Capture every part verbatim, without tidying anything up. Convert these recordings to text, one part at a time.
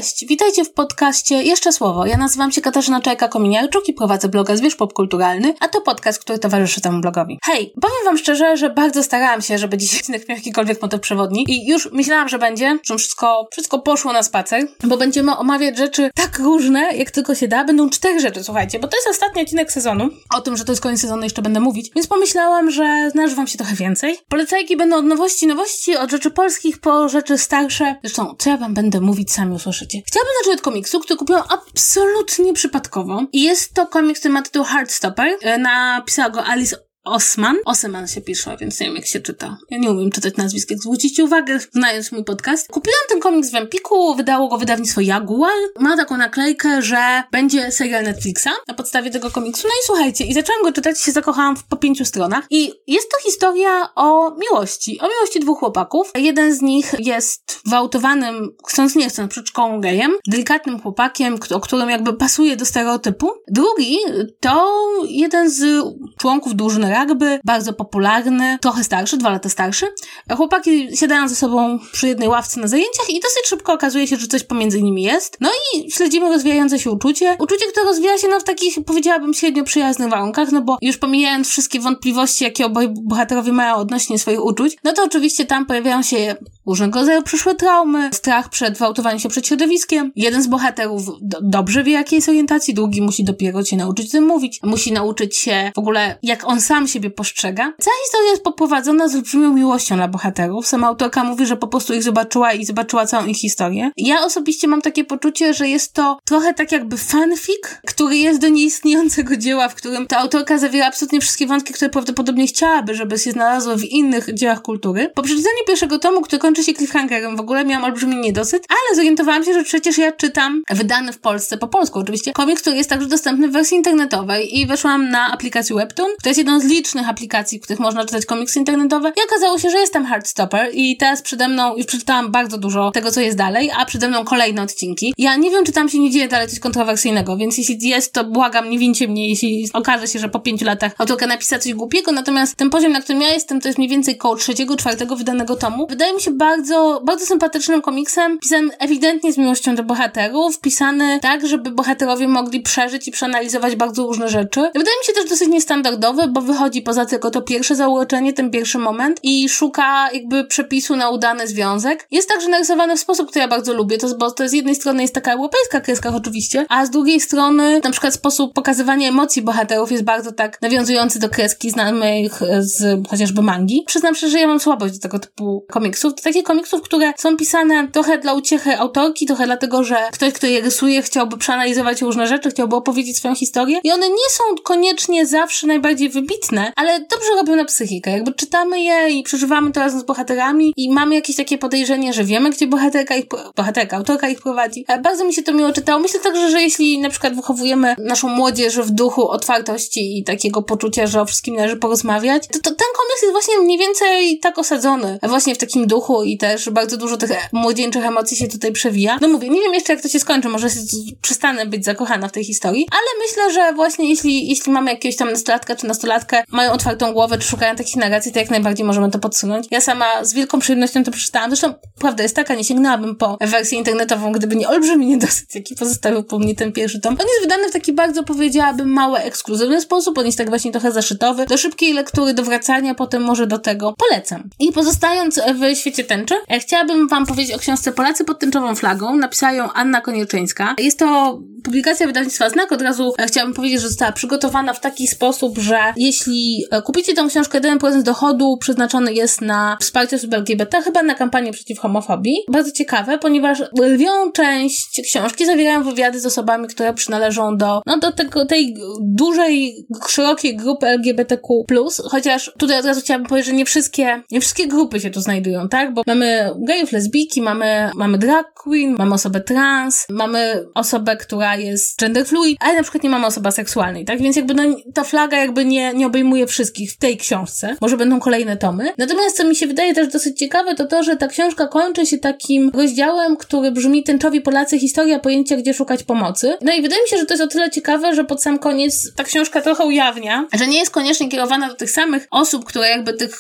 Cześć, witajcie w podcaście Jeszcze Słowo. Ja nazywam się Katarzyna Czajka-Kominiarczuk i prowadzę bloga Zwierz Popkulturalny, a to podcast, który towarzyszy temu blogowi. Hej, powiem wam szczerze, że bardzo starałam się, żeby dzisiaj odcinek miał jakikolwiek motyw przewodni i już myślałam, że będzie, że wszystko, wszystko poszło na spacer, bo będziemy omawiać rzeczy tak różne, jak tylko się da. Będą cztery rzeczy, słuchajcie, bo to jest ostatni odcinek sezonu. O tym, że to jest koniec sezonu, jeszcze będę mówić, więc pomyślałam, że znasz wam się trochę więcej. Polecajki będą od nowości, nowości, od rzeczy polskich po rzeczy starsze. Zresztą, co ja wam będę mówić, sami usłyszycie. Chciałabym zacząć od komiksu, który kupiłam absolutnie przypadkowo. I jest to komiks, który ma tytuł Heartstopper. Napisała go Alice Oseman. Oseman się pisze, więc nie wiem, jak się czyta. Ja nie umiem czytać nazwisk, jak zwrócicie uwagę, znając mój podcast. Kupiłam ten komiks w Empiku, wydało go wydawnictwo Jaguar. Ma taką naklejkę, że będzie serial Netflixa na podstawie tego komiksu. No i słuchajcie, i zaczęłam go czytać i się zakochałam po pięciu stronach. I jest to historia o miłości. O miłości dwóch chłopaków. Jeden z nich jest gwałtowanym, chcąc nie chcąc, przedszkolą gejem. Delikatnym chłopakiem, o którym jakby pasuje do stereotypu. Drugi to jeden z członków drużyny rugby, bardzo popularny, trochę starszy, dwa lata starszy. Chłopaki siadają ze sobą przy jednej ławce na zajęciach i dosyć szybko okazuje się, że coś pomiędzy nimi jest. No i śledzimy rozwijające się uczucie. Uczucie, które rozwija się no w takich, powiedziałabym, średnio przyjaznych warunkach, no bo już pomijając wszystkie wątpliwości, jakie obaj bohaterowie mają odnośnie swoich uczuć, no to oczywiście tam pojawiają się różnego rodzaju przyszłe traumy, strach przed gwałtowaniem się przed środowiskiem. Jeden z bohaterów do- dobrze wie, jakiej jest orientacji, drugi musi dopiero się nauczyć o tym mówić. Musi nauczyć się w ogóle, jak on sam siebie postrzega. Cała historia jest poprowadzona z olbrzymią miłością dla bohaterów. Sama autorka mówi, że po prostu ich zobaczyła i zobaczyła całą ich historię. Ja osobiście mam takie poczucie, że jest to trochę tak jakby fanfic, który jest do nieistniejącego dzieła, w którym ta autorka zawiera absolutnie wszystkie wątki, które prawdopodobnie chciałaby, żeby się znalazły w innych dziełach kultury. Po przeczytaniu pierwszego tomu, który kończy się cliffhangerem, w ogóle miałam olbrzymi niedosyt, ale zorientowałam się, że przecież ja czytam wydany w Polsce, po polsku oczywiście, komiks, który jest także dostępny w wersji internetowej i weszłam na aplikację Webtoon. To jest jedną z licznych aplikacji, w których można czytać komiksy internetowe i okazało się, że jest tam Heartstopper i teraz przede mną, już przeczytałam bardzo dużo tego, co jest dalej, a przede mną kolejne odcinki. Ja nie wiem, czy tam się nie dzieje dalej coś kontrowersyjnego, więc jeśli jest, to błagam, nie wincie mnie, jeśli okaże się, że po pięciu latach autorka napisała coś głupiego, natomiast ten poziom, na którym ja jestem, to jest mniej więcej koło trzeciego, czwartego wydanego tomu. Wydaje mi się bardzo, bardzo sympatycznym komiksem, pisany ewidentnie z miłością do bohaterów, pisany tak, żeby bohaterowie mogli przeżyć i przeanalizować bardzo różne rzeczy. Wydaje mi się też dosyć niestandardowy, bo wychodzi poza tylko to pierwsze zauroczenie, ten pierwszy moment i szuka jakby przepisu na udany związek. Jest także narysowany w sposób, który ja bardzo lubię, to, bo to z jednej strony jest taka europejska kreska oczywiście, a z drugiej strony na przykład sposób pokazywania emocji bohaterów jest bardzo tak nawiązujący do kreski znanych z chociażby mangi. Przyznam szczerze, że ja mam słabość do tego typu komiksów, do takich komiksów, które są pisane trochę dla uciechy autorki, trochę dlatego, że ktoś, kto je rysuje, chciałby przeanalizować różne rzeczy, chciałby opowiedzieć swoją historię i one nie są koniecznie zawsze najbardziej wybitne, ale dobrze robią na psychikę. Jakby czytamy je i przeżywamy to razem z bohaterami i mamy jakieś takie podejrzenie, że wiemy, gdzie bohaterka ich, bohaterka, autorka ich prowadzi. Bardzo mi się to miło czytało. Myślę także, że jeśli na przykład wychowujemy naszą młodzież w duchu otwartości i takiego poczucia, że o wszystkim należy porozmawiać, to, to ten komiks jest właśnie mniej więcej tak osadzony właśnie w takim duchu i też bardzo dużo tych młodzieńczych emocji się tutaj przewija. No mówię, nie wiem jeszcze, jak to się skończy, może przestanę być zakochana w tej historii, ale myślę, że właśnie jeśli, jeśli mamy jakiegoś tam nastolatka czy nastolatkę, mają otwartą głowę, czy szukają takich narracji, to jak najbardziej możemy to podsunąć. Ja sama z wielką przyjemnością to przeczytałam. Zresztą prawda jest taka, nie sięgnęłabym po wersję internetową, gdyby nie olbrzymi niedosyt, jaki pozostawił po mnie ten pierwszy tom. On jest wydany w taki bardzo, powiedziałabym, mały, ekskluzywny sposób. On jest tak właśnie trochę zaszytowy. Do szybkiej lektury, do wracania, potem może do tego polecam. I pozostając w świecie tęczy, chciałabym wam powiedzieć o książce Polacy pod tęczową flagą. Napisała ją Anna Konieczynska. Jest to publikacja wydawnictwa Znak. Od razu chciałabym powiedzieć, że została przygotowana w taki sposób, że jeśli kupicie tą książkę, jeden procent dochodu przeznaczony jest na wsparcie osób L G B T, chyba na kampanię przeciw homofobii. Bardzo ciekawe, ponieważ lwią część książki zawierają wywiady z osobami, które przynależą do, no do tego, tej dużej, szerokiej grupy L G B T Q plus, chociaż tutaj od razu chciałabym powiedzieć, że nie wszystkie, nie wszystkie grupy się tu znajdują, tak? Bo mamy gejów, lesbijki, mamy, mamy drag queen, mamy osobę trans, mamy osobę, która jest gender fluid, ale na przykład nie mamy osoby seksualnej, tak? Więc jakby no, ta flaga jakby nie, nie obejmuje wszystkich w tej książce. Może będą kolejne tomy. Natomiast co mi się wydaje też dosyć ciekawe, to to, że ta książka kończy się takim rozdziałem, który brzmi Tęczowi Polacy, historia pojęcia, gdzie szukać pomocy. No i wydaje mi się, że to jest o tyle ciekawe, że pod sam koniec ta książka trochę ujawnia, że nie jest koniecznie kierowana do tych samych osób, które jakby tych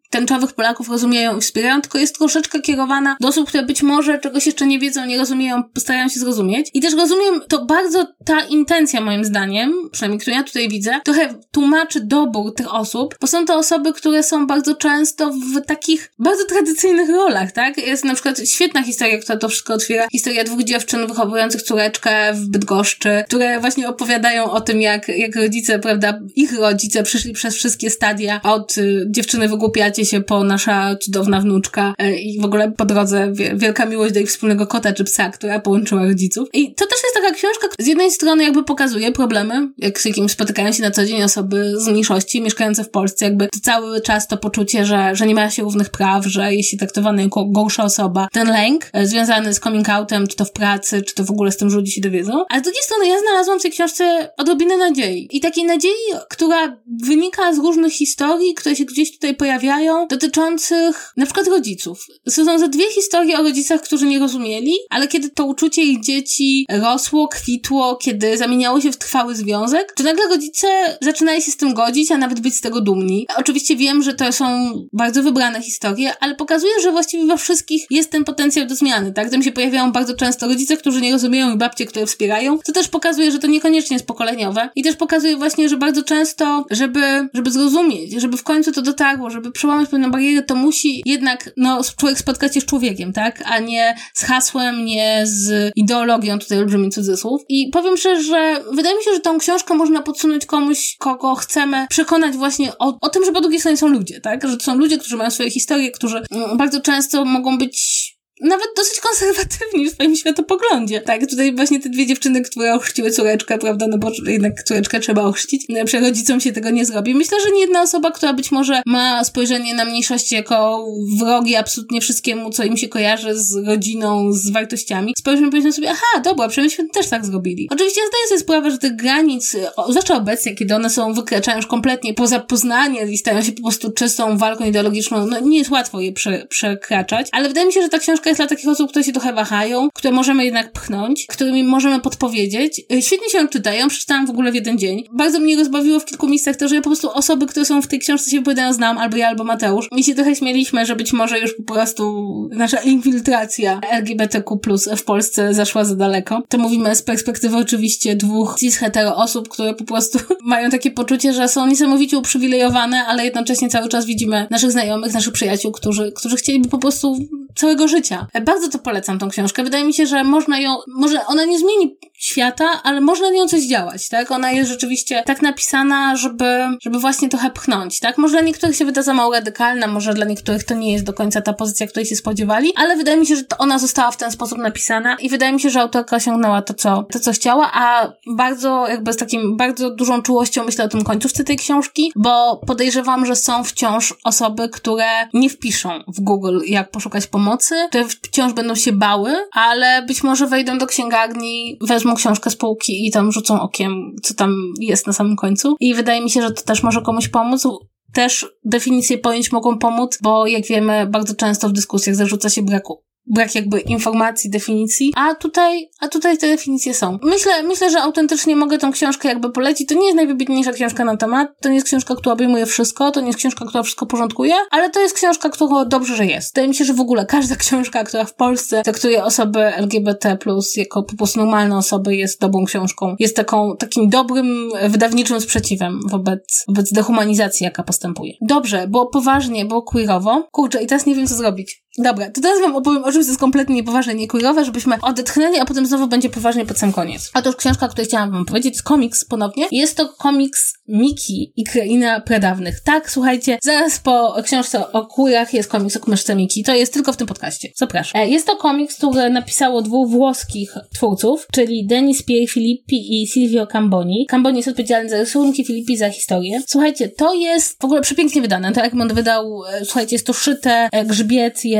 tęczowych Polaków rozumieją i wspierają, tylko jest troszeczkę kierowana do osób, które być może czegoś jeszcze nie wiedzą, nie rozumieją, starają się zrozumieć. I też rozumiem, to bardzo ta intencja moim zdaniem, przynajmniej którą ja tutaj widzę, trochę tłumaczy dobór tych osób, bo są to osoby, które są bardzo często w takich bardzo tradycyjnych rolach, tak? Jest na przykład świetna historia, która to wszystko otwiera. Historia dwóch dziewczyn wychowujących córeczkę w Bydgoszczy, które właśnie opowiadają o tym, jak, jak rodzice, prawda, ich rodzice przeszli przez wszystkie stadia od y, dziewczyny wygłupiacie się po nasza cudowna wnuczka y, i w ogóle po drodze wie, wielka miłość do ich wspólnego kota czy psa, która połączyła rodziców. I to też jest taka książka, która z jednej strony jakby pokazuje problemy, jak z jakimi spotykają się na co dzień osoby z mniejszości mieszkające w Polsce, jakby to cały czas to poczucie, że, że nie ma się równych praw, że jest się traktowany jako gorsza osoba. Ten lęk y, związany z coming outem, czy to w pracy, czy to w ogóle z tym, że ludzie się dowiedzą. A z drugiej strony ja znalazłam w tej książce odrobinę nadziei. I takiej nadziei, która wynika z różnych historii, które się gdzieś tutaj pojawiają, dotyczących na przykład rodziców. Są za dwie historie o rodzicach, którzy nie rozumieli, ale kiedy to uczucie ich dzieci rosło, kwitło, kiedy zamieniało się w trwały związek, to nagle rodzice zaczynali się z tym godzić, a nawet być z tego dumni. Oczywiście wiem, że to są bardzo wybrane historie, ale pokazuje, że właściwie we wszystkich jest ten potencjał do zmiany, tak? Tam się pojawiają bardzo często rodzice, którzy nie rozumieją i babcie, które wspierają, co też pokazuje, że to niekoniecznie jest pokoleniowe i też pokazuje właśnie, że bardzo często, żeby, żeby zrozumieć, żeby w końcu to dotarło, żeby przełamać pewną barierę, to musi jednak, no, człowiek spotkać się z człowiekiem, tak? A nie z hasłem, nie z ideologią, tutaj olbrzymi cudzysłów. I powiem szczerze, że wydaje mi się, że tą książkę można podsunąć komuś, kogo chcemy przekonać właśnie o, o tym, że po drugiej stronie są ludzie, tak? Że to są ludzie, którzy mają swoje historie, którzy mm, bardzo często mogą być nawet dosyć konserwatywni w swoim światopoglądzie. Tak, tutaj właśnie te dwie dziewczyny, które ochrzciły córeczkę, prawda, no bo jednak córeczkę trzeba ochrzcić, przy rodzicom się tego nie zrobi. Myślę, że nie jedna osoba, która być może ma spojrzenie na mniejszości jako wrogi absolutnie wszystkiemu, co im się kojarzy z rodziną, z wartościami, spojrzymy powinno sobie, aha, dobra, przemyślmy też tak zrobili. Oczywiście ja zdaję sobie sprawę, że tych granic, o, zwłaszcza obecnie, kiedy one są, wykraczają już kompletnie poza poznanie i stają się po prostu czystą walką ideologiczną, no nie jest łatwo je prze, przekraczać, ale wydaje mi się, że ta książka jest dla takich osób, które się trochę wahają, które możemy jednak pchnąć, którymi możemy podpowiedzieć. Świetnie się ją czyta, ja ją przeczytałam w ogóle w jeden dzień. Bardzo mnie rozbawiło w kilku miejscach to, że ja po prostu osoby, które są w tej książce się wypowiadają, znam, albo ja, albo Mateusz. I się trochę śmieliśmy, że być może już po prostu nasza infiltracja L G B T Q plus w Polsce zaszła za daleko. To mówimy z perspektywy oczywiście dwóch cis-hetero osób, które po prostu mają takie poczucie, że są niesamowicie uprzywilejowane, ale jednocześnie cały czas widzimy naszych znajomych, naszych przyjaciół, którzy, którzy chcieliby po prostu całego życia. Bardzo to polecam tą książkę. Wydaje mi się, że można ją, może ona nie zmieni świata, ale można nią coś działać, tak? Ona jest rzeczywiście tak napisana, żeby, żeby właśnie trochę pchnąć, tak? Może dla niektórych się wyda za mało radykalna, może dla niektórych to nie jest do końca ta pozycja, której się spodziewali, ale wydaje mi się, że to ona została w ten sposób napisana i wydaje mi się, że autorka osiągnęła to, co, to, co chciała, a bardzo, jakby z takim, bardzo dużą czułością myślę o tym końcówce tej książki, bo podejrzewam, że są wciąż osoby, które nie wpiszą w Google, jak poszukać pomocy, które wciąż będą się bały, ale być może wejdą do księgarni, wezmą książkę z półki i tam rzucą okiem, co tam jest na samym końcu. I wydaje mi się, że to też może komuś pomóc. Też definicje pojęć mogą pomóc, bo jak wiemy, bardzo często w dyskusjach zarzuca się braku brak jakby informacji, definicji, a tutaj, a tutaj te definicje są. Myślę, myślę, że autentycznie mogę tą książkę jakby polecić. To nie jest najwybitniejsza książka na temat, to nie jest książka, która obejmuje wszystko, to nie jest książka, która wszystko porządkuje, ale to jest książka, która dobrze, że jest. Wydaje mi się, że w ogóle każda książka, która w Polsce traktuje osoby L G B T plus jako po prostu normalne osoby, jest dobrą książką. Jest taką, takim dobrym, wydawniczym sprzeciwem wobec, wobec dehumanizacji, jaka postępuje. Dobrze, było poważnie, było queerowo. Kurczę, i teraz nie wiem, co zrobić. Dobra, to teraz wam opowiem o czymś, co jest kompletnie niepoważne, nie queerowe, żebyśmy odetchnęli, a potem znowu będzie poważnie pod sam koniec. Otóż książka, o której chciałam wam powiedzieć, jest komiks ponownie. Jest to komiks Miki i Kraina Pradawnych. Tak, słuchajcie, zaraz po książce o queerach jest komiks o myszce Miki. To jest tylko w tym podcaście. Zapraszam. Jest to komiks, który napisało dwóch włoskich twórców, czyli Denis Pierfilippi i Silvio Camboni. Camboni jest odpowiedzialny za rysunki, Filippi za historię. Słuchajcie, to jest w ogóle przepięknie wydane. To Egmont wydał, słuchajcie, jest to szyte, grzbiet jest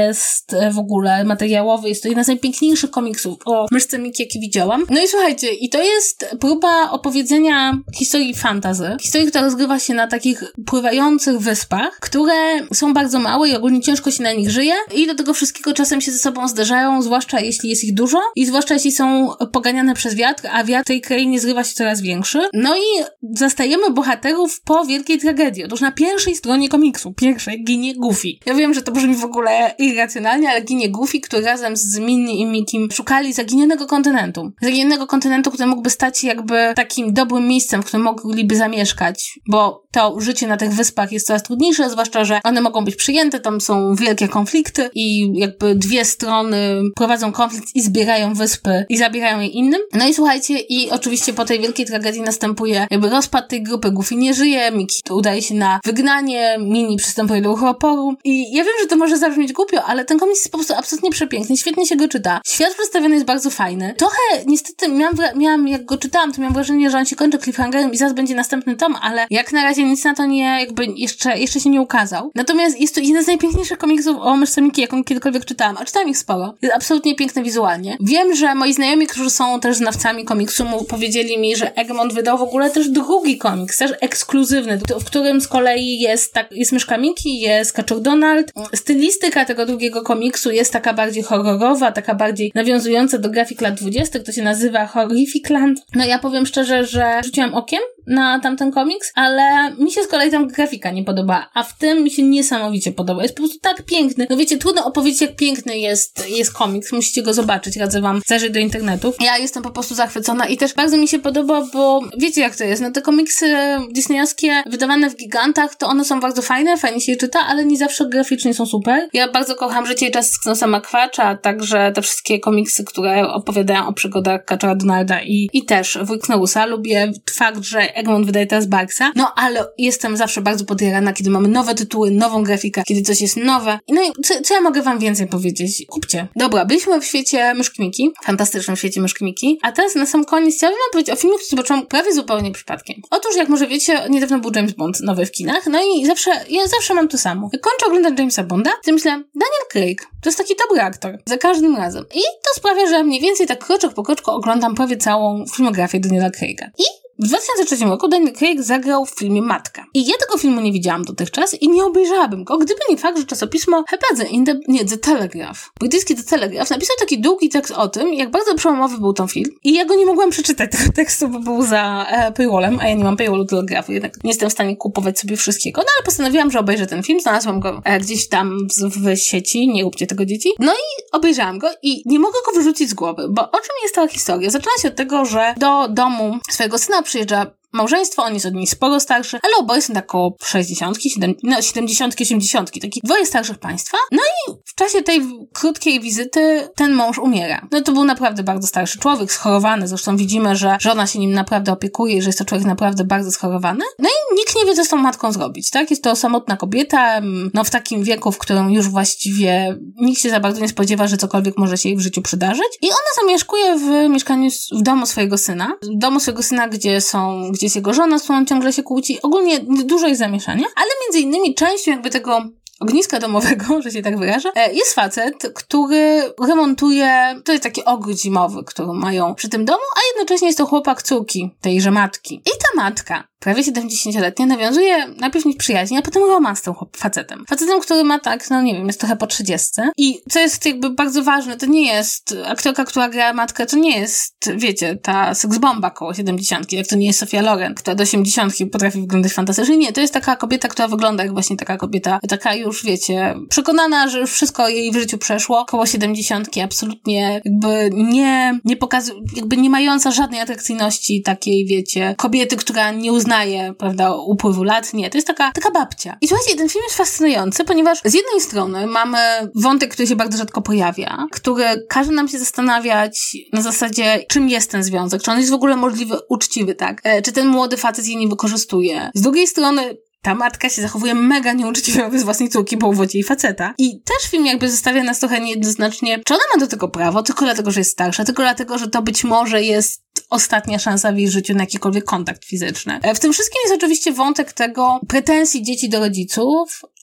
jest w ogóle materiałowy, jest to jedna z najpiękniejszych komiksów o myszce Miki, jakie widziałam. No i słuchajcie, i to jest próba opowiedzenia historii fantasy, historii, która rozgrywa się na takich pływających wyspach, które są bardzo małe i ogólnie ciężko się na nich żyje i do tego wszystkiego czasem się ze sobą zderzają, zwłaszcza jeśli jest ich dużo i zwłaszcza jeśli są poganiane przez wiatr, a wiatr tej krainie zrywa się coraz większy. No i zastajemy bohaterów po wielkiej tragedii. Otóż na pierwszej stronie komiksu, pierwszej, ginie Goofy. Ja wiem, że to brzmi w ogóle irracjonalnie, ale ginie Goofy, który razem z Minnie i Mikim szukali zaginionego kontynentu. Zaginionego kontynentu, który mógłby stać się jakby takim dobrym miejscem, w którym mogliby zamieszkać, bo to życie na tych wyspach jest coraz trudniejsze, zwłaszcza, że one mogą być przyjęte, tam są wielkie konflikty i jakby dwie strony prowadzą konflikt i zbierają wyspy i zabierają je innym. No i słuchajcie, i oczywiście po tej wielkiej tragedii następuje jakby rozpad tej grupy. Goofy nie żyje, Miki udaje się na wygnanie, Minnie przystępuje do ruchu oporu i ja wiem, że to może zabrzmieć głupio, ale ten komiks jest po prostu absolutnie przepiękny, świetnie się go czyta. Świat przedstawiony jest bardzo fajny. Trochę niestety miałam, miałam jak go czytałam, to miałam wrażenie, że on się kończy cliffhangerem i zaraz będzie następny tom, ale jak na razie nic na to nie, jakby jeszcze, jeszcze się nie ukazał. Natomiast jest to jeden z najpiękniejszych komiksów o myszce Miki, jaką kiedykolwiek czytałam, a czytałam ich sporo. Jest absolutnie piękny wizualnie. Wiem, że moi znajomi, którzy są też znawcami komiksu, mu powiedzieli mi, że Egmont wydał w ogóle też drugi komiks, też ekskluzywny, w którym z kolei jest tak, jest myszka Miki, jest Kaczor Donald. Stylistyka tego drugiego komiksu jest taka bardziej horrorowa, taka bardziej nawiązująca do grafik lat dwudziestych, to się nazywa Horrificland. No ja powiem szczerze, że rzuciłam okiem na tamten komiks, ale mi się z kolei tam grafika nie podoba, a w tym mi się niesamowicie podoba. Jest po prostu tak piękny. No wiecie, trudno opowiedzieć, jak piękny jest, jest komiks. Musicie go zobaczyć. Radzę wam zajrzeć do internetu. Ja jestem po prostu zachwycona i też bardzo mi się podoba, bo wiecie, jak to jest. No te komiksy disneyowskie wydawane w gigantach, to one są bardzo fajne, fajnie się je czyta, ale nie zawsze graficznie są super. Ja bardzo kocham Życie i czas Knosa McQuarrie'a, a także te wszystkie komiksy, które opowiadają o przygodach Kaczora Donalda i, i też Wujek Knorusa. Lubię fakt, że Egmont wydaje teraz Barksa, no ale jestem zawsze bardzo podjarana, kiedy mamy nowe tytuły, nową grafikę, kiedy coś jest nowe. No i co, co ja mogę wam więcej powiedzieć? Kupcie. Dobra, byliśmy w świecie myszki Miki, fantastycznym świecie myszki Miki, a teraz na sam koniec chciałabym wam powiedzieć o filmie, który zobaczyłam prawie zupełnie przypadkiem. Otóż, jak może wiecie, niedawno był James Bond nowy w kinach, no i zawsze, ja zawsze mam to samo. Jak kończę oglądać Jamesa Bonda, to myślę, Daniel Craig, to jest taki dobry aktor. Za każdym razem. I to sprawia, że mniej więcej tak kroczek po kroczku oglądam prawie całą filmografię Daniela Craiga. I w dwa tysiące trzecim roku Daniel Craig zagrał w filmie Matka. I ja tego filmu nie widziałam dotychczas i nie obejrzałabym go, gdyby nie fakt, że czasopismo chyba The, the, nie, The Telegraph, brytyjski The Telegraph, napisał taki długi tekst o tym, jak bardzo przełomowy był ten film. I ja go nie mogłam przeczytać, tego tekstu, bo był za e, paywallem, a ja nie mam paywallu Telegrafu, jednak nie jestem w stanie kupować sobie wszystkiego. No ale postanowiłam, że obejrzę ten film, znalazłam go e, gdzieś tam w, w sieci, nie róbcie tego, dzieci. No i obejrzałam go i nie mogę go wyrzucić z głowy, bo o czym jest ta historia? Zaczęła się od tego, że do domu swojego syna przyjeżdża małżeństwo, on jest od niej sporo starszy, ale oboje są tak około sześćdziesiątki, no siedemdziesiątki, osiemdziesiątki, taki dwoje starszych państwa. No i w czasie tej krótkiej wizyty ten mąż umiera. No to był naprawdę bardzo starszy człowiek, schorowany, zresztą widzimy, że żona się nim naprawdę opiekuje i że jest to człowiek naprawdę bardzo schorowany. No i nikt nie wie, co z tą matką zrobić, tak? Jest to samotna kobieta, no w takim wieku, w którym już właściwie nikt się za bardzo nie spodziewa, że cokolwiek może się jej w życiu przydarzyć. I ona zamieszkuje w mieszkaniu, w domu swojego syna. W domu swojego syna, gdzie są gdzie jest jego żona, z którą ciągle się kłóci. Ogólnie dużo jest zamieszania, ale między innymi częścią jakby tego ogniska domowego, że się tak wyrażę, jest facet, który remontuje, to jest taki ogród zimowy, który mają przy tym domu, a jednocześnie jest to chłopak córki tejże matki. I ta matka, prawie siedemdziesięcioletnia, nawiązuje najpierw nie przyjaźń, a potem romans z tym facetem. Facetem, który ma tak, no nie wiem, jest trochę po trzydziestce. I co jest jakby bardzo ważne, to nie jest aktorka, która gra matkę, to nie jest, wiecie, ta seksbomba koło siedemdziesiątki, jak to nie jest Sofia Loren, która do osiemdziesiątki potrafi wyglądać fantastycznie. Nie, to jest taka kobieta, która wygląda jak właśnie taka kobieta, taka już, wiecie, przekonana, że już wszystko jej w życiu przeszło, koło siedemdziesiątki, absolutnie jakby nie, nie pokazuje, jakby nie mająca żadnej atrakcyjności takiej, wiecie, kobiety, która nie uznaje, prawda, upływu lat. Nie, to jest taka, taka babcia. I słuchajcie, ten film jest fascynujący, ponieważ z jednej strony mamy wątek, który się bardzo rzadko pojawia, który każe nam się zastanawiać na zasadzie, czym jest ten związek, czy on jest w ogóle możliwy, uczciwy, tak? E, czy ten młody facet jej nie wykorzystuje. Z drugiej strony ta matka się zachowuje mega nieuczciwie wobec własnej córki po uwodzie jej faceta. I też film jakby zostawia nas trochę niejednoznacznie, czy ona ma do tego prawo, tylko dlatego, że jest starsza, tylko dlatego, że to być może jest ostatnia szansa w jej życiu na jakikolwiek kontakt fizyczny. W tym wszystkim jest oczywiście wątek tego pretensji dzieci do rodziców,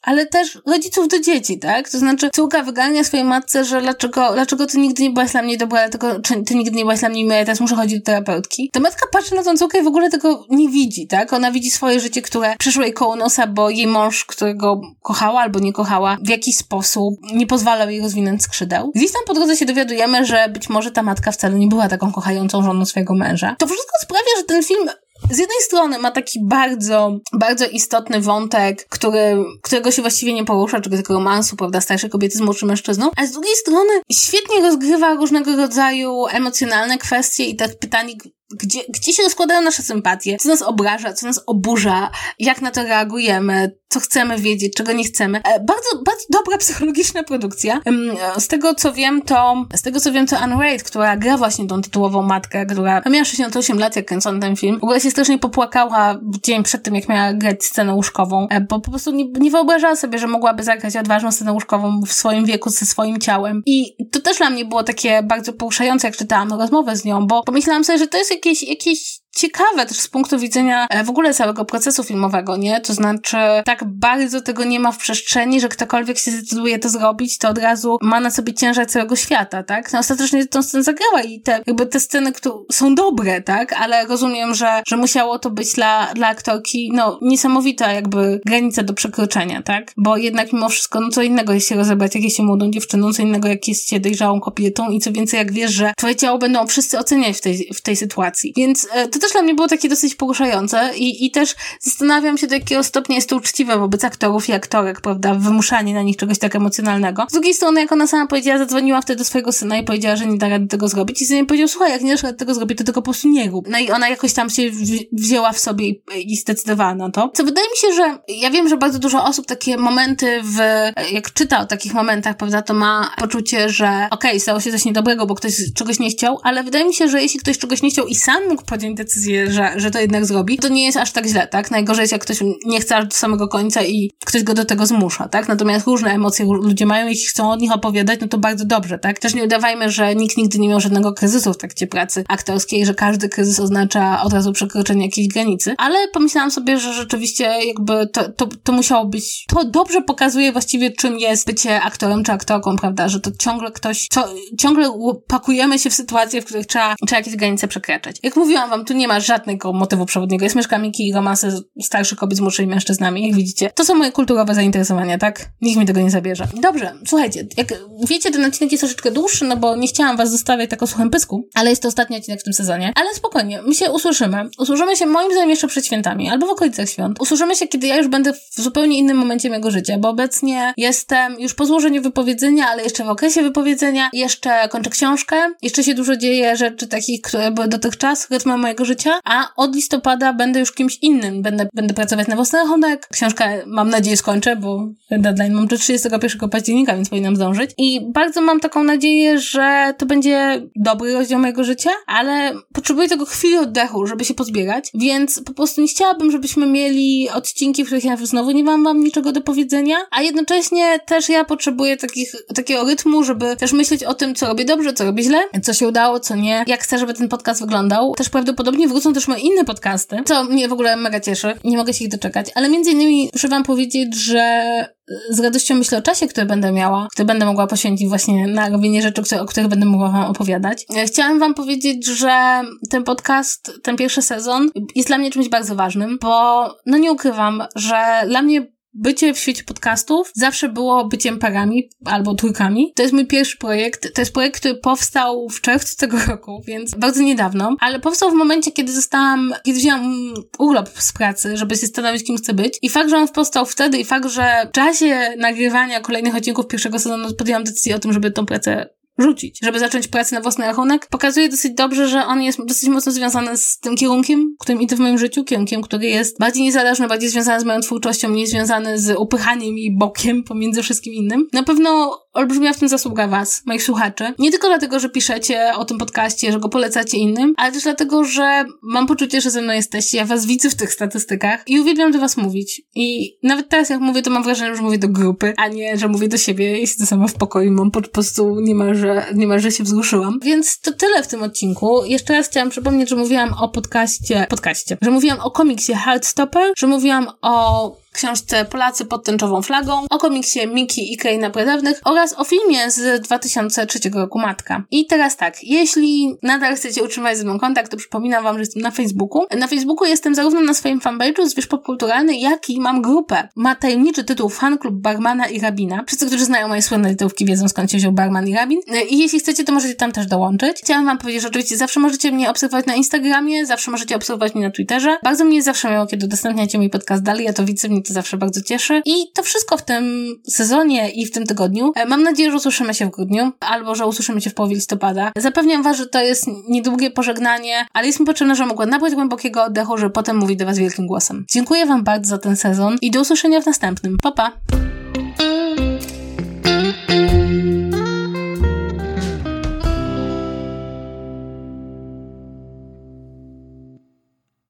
ale też rodziców do dzieci, tak? To znaczy córka wygarnia swojej matce, że dlaczego, dlaczego ty nigdy nie byłaś dla mnie dobra, dlatego, czy ty nigdy nie byłaś dla mnie miła, ja teraz muszę chodzić do terapeutki. To matka patrzy na tą córkę i w ogóle tego nie widzi, tak? Ona widzi swoje życie, które przyszło jej koło nosa, bo jej mąż, którego kochała albo nie kochała, w jakiś sposób nie pozwalał jej rozwinąć skrzydeł. Gdzieś tam po drodze się dowiadujemy, że być może ta matka wcale nie była taką kochającą żoną swojego męża. To wszystko sprawia, że ten film z jednej strony ma taki bardzo, bardzo istotny wątek, który, którego się właściwie nie porusza, czyli tego romansu, prawda, starszej kobiety z młodszym mężczyzną, a z drugiej strony świetnie rozgrywa różnego rodzaju emocjonalne kwestie i tak pytanie, Gdzie, gdzie się rozkładają nasze sympatie, co nas obraża, co nas oburza, jak na to reagujemy, co chcemy wiedzieć, czego nie chcemy. Bardzo, bardzo dobra psychologiczna produkcja. Z tego, co wiem, to, z tego, co wiem, to Anne Reid, która gra właśnie tą tytułową matkę, która miała sześćdziesiąt osiem lat, jak kręcono ten film, w ogóle się strasznie popłakała dzień przed tym, jak miała grać scenę łóżkową, bo po prostu nie, nie wyobrażała sobie, że mogłaby zagrać odważną scenę łóżkową w swoim wieku, ze swoim ciałem. I to też dla mnie było takie bardzo poruszające, jak czytałam rozmowę z nią, bo pomyślałam sobie, że to jest jakieś, jakieś ciekawe też z punktu widzenia w ogóle całego procesu filmowego, nie? To znaczy, tak bardzo tego nie ma w przestrzeni, że ktokolwiek się zdecyduje to zrobić, to od razu ma na sobie ciężar całego świata, tak? No ostatecznie tą scenę zagrała i te, jakby te sceny, które są dobre, tak? Ale rozumiem, że, że musiało to być dla, dla aktorki, no, niesamowita jakby granica do przekroczenia, tak? Bo jednak mimo wszystko, no co innego jest się rozebrać, jak jest się młodą dziewczyną, co innego jak jest się dojrzałą kobietą i co więcej, jak wiesz, że twoje ciało będą wszyscy oceniać w tej, w tej sytuacji. Więc e, to też dla mnie było takie dosyć poruszające i, i też zastanawiam się, do jakiego stopnia jest to uczciwe wobec aktorów i aktorek, prawda, wymuszanie na nich czegoś tak emocjonalnego. Z drugiej strony, jak ona sama powiedziała, zadzwoniła wtedy do swojego syna i powiedziała, że nie da rady tego zrobić i syn powiedział, słuchaj, jak nie dasz rady tego zrobić, to tego po prostu nie rób. No i ona jakoś tam się wzięła w sobie i, i zdecydowała na to. Co wydaje mi się, że ja wiem, że bardzo dużo osób takie momenty w, jak czyta o takich momentach, prawda, to ma poczucie, że okej, okay, stało się coś niedobrego, bo ktoś czegoś nie chciał, ale wydaje mi się, że jeśli ktoś czegoś nie chciał i sam mógł podjąć decyzję, że, że to jednak zrobi, to nie jest aż tak źle, tak? Najgorzej jest, jak ktoś nie chce aż do samego końca i ktoś go do tego zmusza, tak? Natomiast różne emocje ludzie mają, jeśli chcą od nich opowiadać, no to bardzo dobrze, tak? Też nie udawajmy, że nikt nigdy nie miał żadnego kryzysu w trakcie pracy aktorskiej, że każdy kryzys oznacza od razu przekroczenie jakiejś granicy, ale pomyślałam sobie, że rzeczywiście jakby to, to, to musiało być, to dobrze pokazuje właściwie, czym jest bycie aktorem czy aktorką, prawda? Że to ciągle ktoś, co, ciągle pakujemy się w sytuacje, w których trzeba, trzeba jakieś granice przekraczać. Jak mówiłam wam, tu nie ma żadnego motywu przewodniego. Jest mieszkanki i romanse starszych kobiet z młodszymi mężczyznami, jak widzicie. To są moje kulturowe zainteresowania, tak? Nikt mi tego nie zabierze. Dobrze, słuchajcie, jak wiecie, ten odcinek jest troszeczkę dłuższy, no bo nie chciałam was zostawiać tak o suchym pysku, ale jest to ostatni odcinek w tym sezonie. Ale spokojnie, my się usłyszymy. Usłyszymy się moim zdaniem jeszcze przed świętami, albo w okolicach świąt. Usłyszymy się, kiedy ja już będę w zupełnie innym momencie mojego życia, bo obecnie jestem już po złożeniu wypowiedzenia, ale jeszcze w okresie wypowiedzenia, jeszcze kończę książkę, jeszcze się dużo dzieje rzeczy takich, które były dotychczas rytmem mojego życia, a od listopada będę już kimś innym. Będę, będę pracować na własny rachunek. Książkę mam nadzieję skończę, bo deadline mam do trzydziestego pierwszego października, więc powinnam zdążyć. I bardzo mam taką nadzieję, że to będzie dobry rozdział mojego życia, ale potrzebuję tego chwili oddechu, żeby się pozbierać, więc po prostu nie chciałabym, żebyśmy mieli odcinki, w których ja znowu nie mam wam niczego do powiedzenia, a jednocześnie też ja potrzebuję takich, takiego rytmu, żeby też myśleć o tym, co robię dobrze, co robię źle, co się udało, co nie, jak chcę, żeby ten podcast wyglądał. Też prawdopodobnie wrócą też moje inne podcasty, co mnie w ogóle mega cieszy. Nie mogę się ich doczekać, ale między innymi muszę wam powiedzieć, że z radością myślę o czasie, który będę miała, który będę mogła poświęcić właśnie na robienie rzeczy, które, o których będę mogła wam opowiadać. Chciałam wam powiedzieć, że ten podcast, ten pierwszy sezon jest dla mnie czymś bardzo ważnym, bo no nie ukrywam, że dla mnie bycie w świecie podcastów zawsze było byciem parami albo trójkami. To jest mój pierwszy projekt. To jest projekt, który powstał w czerwcu tego roku, więc bardzo niedawno, ale powstał w momencie, kiedy zostałam, kiedy wzięłam urlop z pracy, żeby się zastanowić, kim chcę być. I fakt, że on powstał wtedy i fakt, że w czasie nagrywania kolejnych odcinków pierwszego sezonu podjęłam decyzję o tym, żeby tą pracę rzucić, żeby zacząć pracę na własny rachunek, pokazuje dosyć dobrze, że on jest dosyć mocno związany z tym kierunkiem, którym idę w moim życiu, kierunkiem, który jest bardziej niezależny, bardziej związany z moją twórczością, nie związany z upychaniem i bokiem pomiędzy wszystkim innym. Na pewno olbrzymia w tym zasługa was, moich słuchaczy. Nie tylko dlatego, że piszecie o tym podcaście, że go polecacie innym, ale też dlatego, że mam poczucie, że ze mną jesteście, ja was widzę w tych statystykach i uwielbiam do was mówić. I nawet teraz jak mówię, to mam wrażenie, że mówię do grupy, a nie, że mówię do siebie i siedzę sama w pokoju, mam po prostu niemalże niemalże się wzruszyłam. Więc to tyle w tym odcinku. Jeszcze raz chciałam przypomnieć, że mówiłam o podcaście, podcaście, że mówiłam o komiksie Heartstopper, że mówiłam o książce Polacy pod tęczową flagą, o komiksie Miki i Kraina Pradawnych oraz o filmie z dwa tysiące trzeciego roku Matka. I teraz tak, jeśli nadal chcecie utrzymać ze mną kontakt, to przypominam wam, że jestem na Facebooku. Na Facebooku jestem zarówno na swoim fanpage'u Zwierz Popkulturalny, jak i mam grupę. Ma tajemniczy tytuł Fanklub Barmana i Rabina. Wszyscy, którzy znają moje słynne literówki, wiedzą, skąd się wziął Barman i Rabin. I jeśli chcecie, to możecie tam też dołączyć. Chciałam wam powiedzieć, że oczywiście zawsze możecie mnie obserwować na Instagramie, zawsze możecie obserwować mnie na Twitterze. Bardzo mnie zawsze miło, kiedy udostępniacie mój podcast dalej, ja to widzę, mnie to zawsze bardzo cieszy. I to wszystko w tym sezonie i w tym tygodniu. Mam nadzieję, że usłyszymy się w grudniu, albo że usłyszymy się w połowie listopada. Zapewniam was, że to jest niedługie pożegnanie, ale jest mi potrzebne, że mogła nabrać głębokiego oddechu, żeby potem mówić do was wielkim głosem. Dziękuję wam bardzo za ten sezon i do usłyszenia w następnym. Pa, pa!